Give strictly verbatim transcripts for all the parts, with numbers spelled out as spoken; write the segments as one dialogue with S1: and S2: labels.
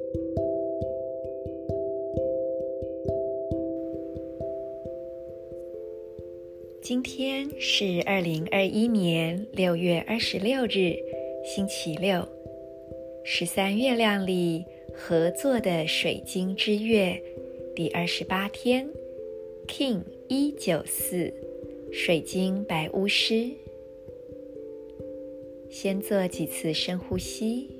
S1: 今天是二零二一年六月二十六日，星期六，十三月亮里合作的水晶之月第二十八天 King 一九四水晶白巫师。先做几次深呼吸，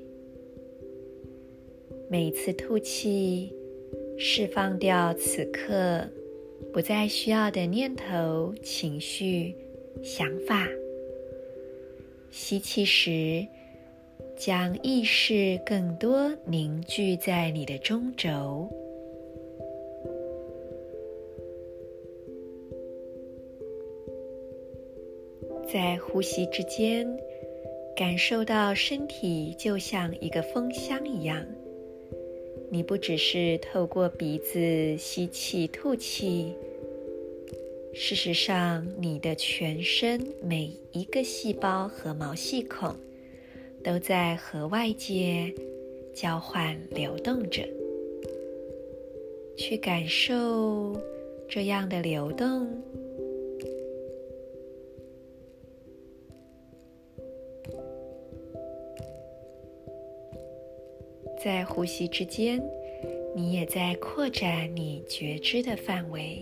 S1: 每一次吐气，释放掉此刻不再需要的念头、情绪、想法。吸气时，将意识更多凝聚在你的中轴。在呼吸之间，感受到身体就像一个风箱一样，你不只是透过鼻子吸气吐气，事实上你的全身每一个细胞和毛细孔都在和外界交换流动着，去感受这样的流动。在呼吸之间，你也在扩展你觉知的范围。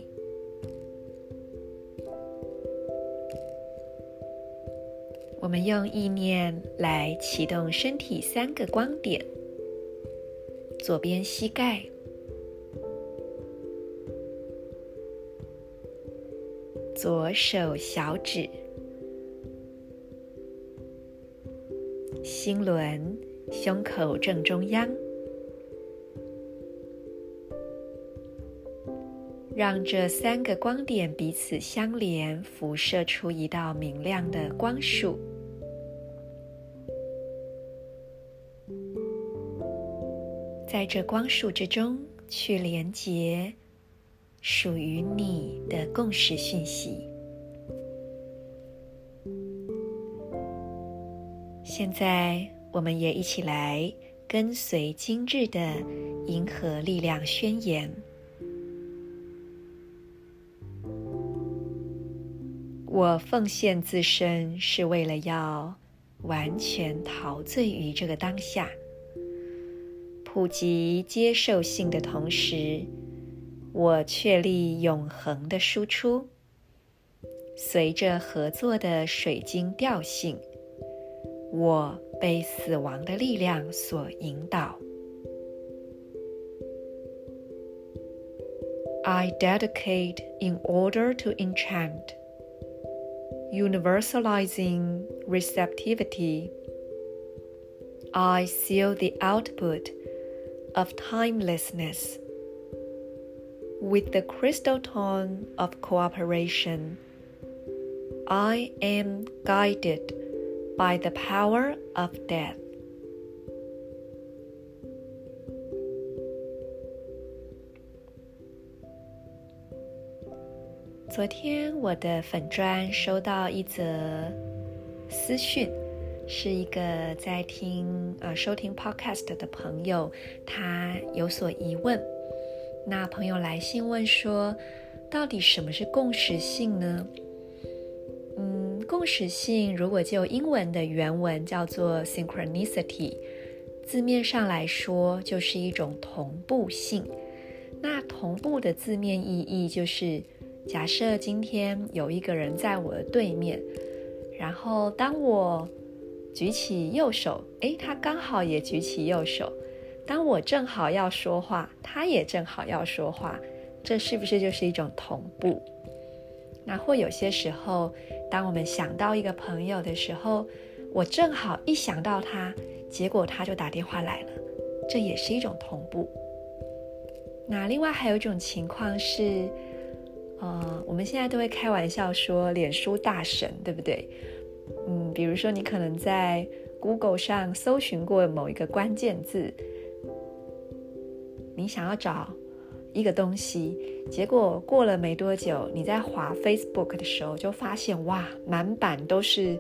S1: 我们用意念来启动身体三个光点：左边膝盖、左手小指、心轮胸口正中央，让这三个光点彼此相连，辐射出一道明亮的光束。在这光束之中，去连接属于你的共识讯息。现在我们也一起来跟随今日的银河力量宣言。我奉献自身是为了要完全陶醉于这个当下，普及接受性的同时，我确立永恒的输出。随着合作的水晶调性，我被死亡的力量所引导。I dedicate in order to enchant, universalizing receptivity. I seal the output of timelessness with the crystal tone of cooperation. I am guided by the power of death. 昨天我的粉专收到一则私讯，是一个在听呃收听 podcast 的朋友，他有所疑问。那朋友来信问说，到底什么是共识性呢？嗯，共识性如果就英文的原文叫做 synchronicity， 字面上来说就是一种同步性。那同步的字面意义就是，假设今天有一个人在我的对面，然后当我举起右手，诶，他刚好也举起右手，当我正好要说话，他也正好要说话，这是不是就是一种同步？那或有些时候，当我们想到一个朋友的时候，我正好一想到他，结果他就打电话来了，这也是一种同步。那另外还有一种情况是，呃，我们现在都会开玩笑说脸书大神，对不对？嗯，比如说你可能在 Google 上搜寻过某一个关键字，你想要找一个东西，结果过了没多久，你在滑 Facebook 的时候就发现，哇，满版都是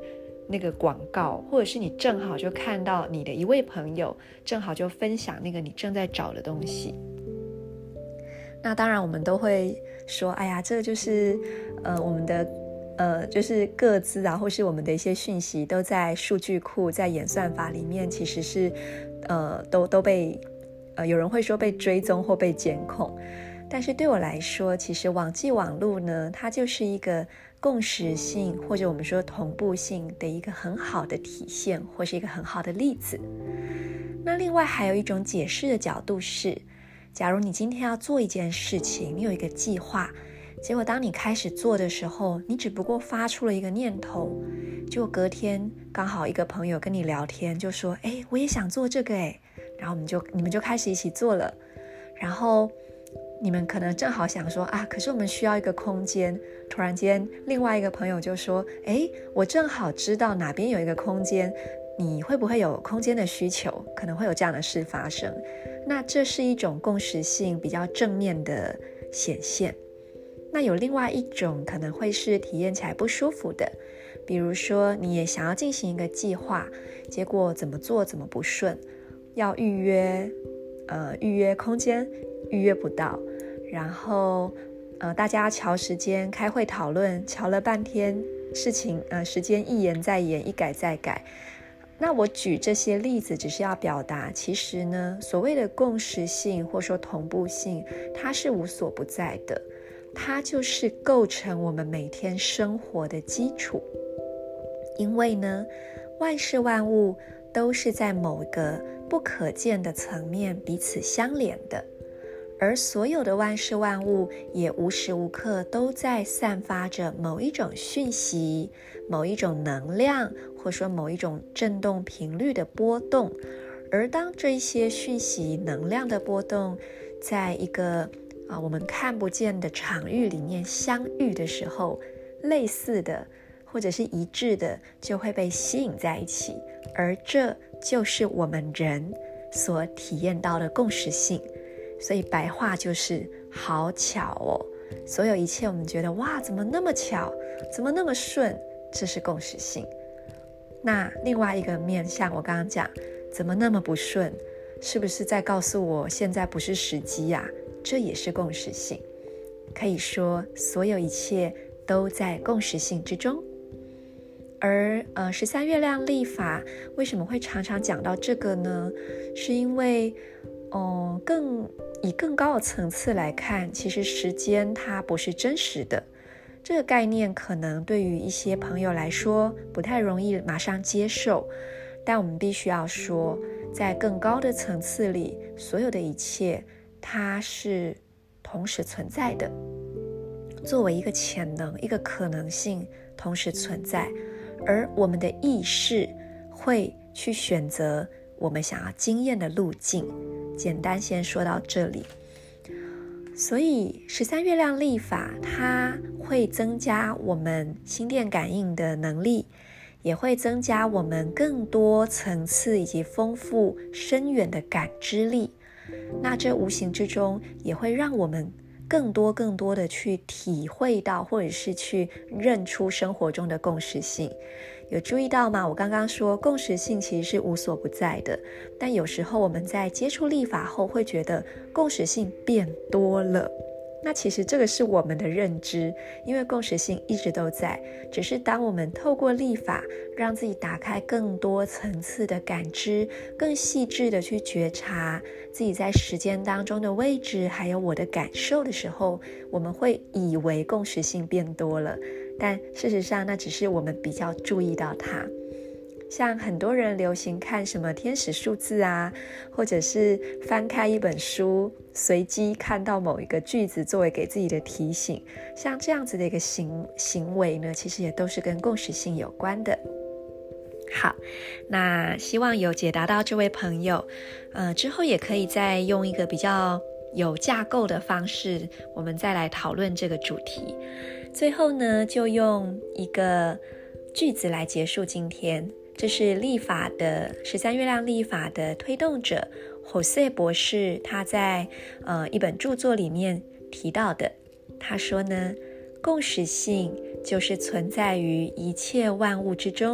S1: 那个广告，或者是你正好就看到你的一位朋友正好就分享那个你正在找的东西。那当然我们都会说，哎呀，这就是呃我们的呃就是个资啊，或是我们的一些讯息都在数据库，在演算法里面其实是呃都都被呃有人会说被追踪或被监控。但是对我来说，其实网际网路呢，它就是一个共识性或者我们说同步性的一个很好的体现，或是一个很好的例子。那另外还有一种解释的角度是，假如你今天要做一件事情，你有一个计划，结果当你开始做的时候，你只不过发出了一个念头，结果隔天刚好一个朋友跟你聊天，就说，哎，我也想做这个哎，然后我们就你们就开始一起做了，然后你们可能正好想说啊，可是我们需要一个空间，突然间另外一个朋友就说，诶，我正好知道哪边有一个空间，你会不会有空间的需求？可能会有这样的事发生。那这是一种共识性比较正面的显现。那有另外一种可能会是体验起来不舒服的，比如说你也想要进行一个计划，结果怎么做怎么不顺，要预约呃预约空间预约不到，然后呃大家瞧时间开会讨论，瞧了半天，事情呃时间一延再延，一改再改。那我举这些例子只是要表达，其实呢，所谓的共识性或说同步性，它是无所不在的，它就是构成我们每天生活的基础。因为呢，万事万物都是在某个不可见的层面彼此相连的，而所有的万事万物也无时无刻都在散发着某一种讯息，某一种能量，或说某一种振动频率的波动。而当这些讯息能量的波动在一个、呃、我们看不见的场域里面相遇的时候，类似的或者是一致的就会被吸引在一起，而这就是我们人所体验到的共识性。所以白话就是好巧哦，所有一切我们觉得哇，怎么那么巧，怎么那么顺，这是共识性。那另外一个面向，我刚刚讲怎么那么不顺，是不是在告诉我现在不是时机啊？这也是共识性。可以说所有一切都在共识性之中。而呃，十三月亮历法为什么会常常讲到这个呢？是因为哦，更以更高的层次来看，其实时间它不是真实的。这个概念可能对于一些朋友来说不太容易马上接受，但我们必须要说，在更高的层次里，所有的一切它是同时存在的，作为一个潜能，一个可能性同时存在，而我们的意识会去选择我们想要经验的路径。简单先说到这里。所以十三月亮历法它会增加我们心电感应的能力，也会增加我们更多层次以及丰富深远的感知力。那这无形之中也会让我们更多更多的去体会到，或者是去认出生活中的共识性。有注意到吗？我刚刚说共识性其实是无所不在的，但有时候我们在接触历法后会觉得共识性变多了。那其实这个是我们的认知，因为共识性一直都在，只是当我们透过历法让自己打开更多层次的感知，更细致的去觉察自己在时间当中的位置，还有我的感受的时候，我们会以为共识性变多了，但事实上那只是我们比较注意到它。像很多人流行看什么天使数字啊，或者是翻开一本书，随机看到某一个句子作为给自己的提醒，像这样子的一个 行, 行为呢，其实也都是跟共识性有关的。好，那希望有解答到这位朋友，呃，之后也可以再用一个比较有架构的方式，我们再来讨论这个主题。最后呢，就用一个句子来结束今天。这是历法的十三月亮历法的推动者Jose博士，他在呃一本著作里面提到的。他说呢，共识性就是存在于一切万物之中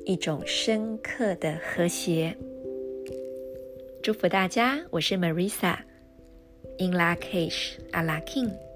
S1: 一种深刻的和谐。祝福大家，我是 Marisa，In Lak'ech Ala K'in。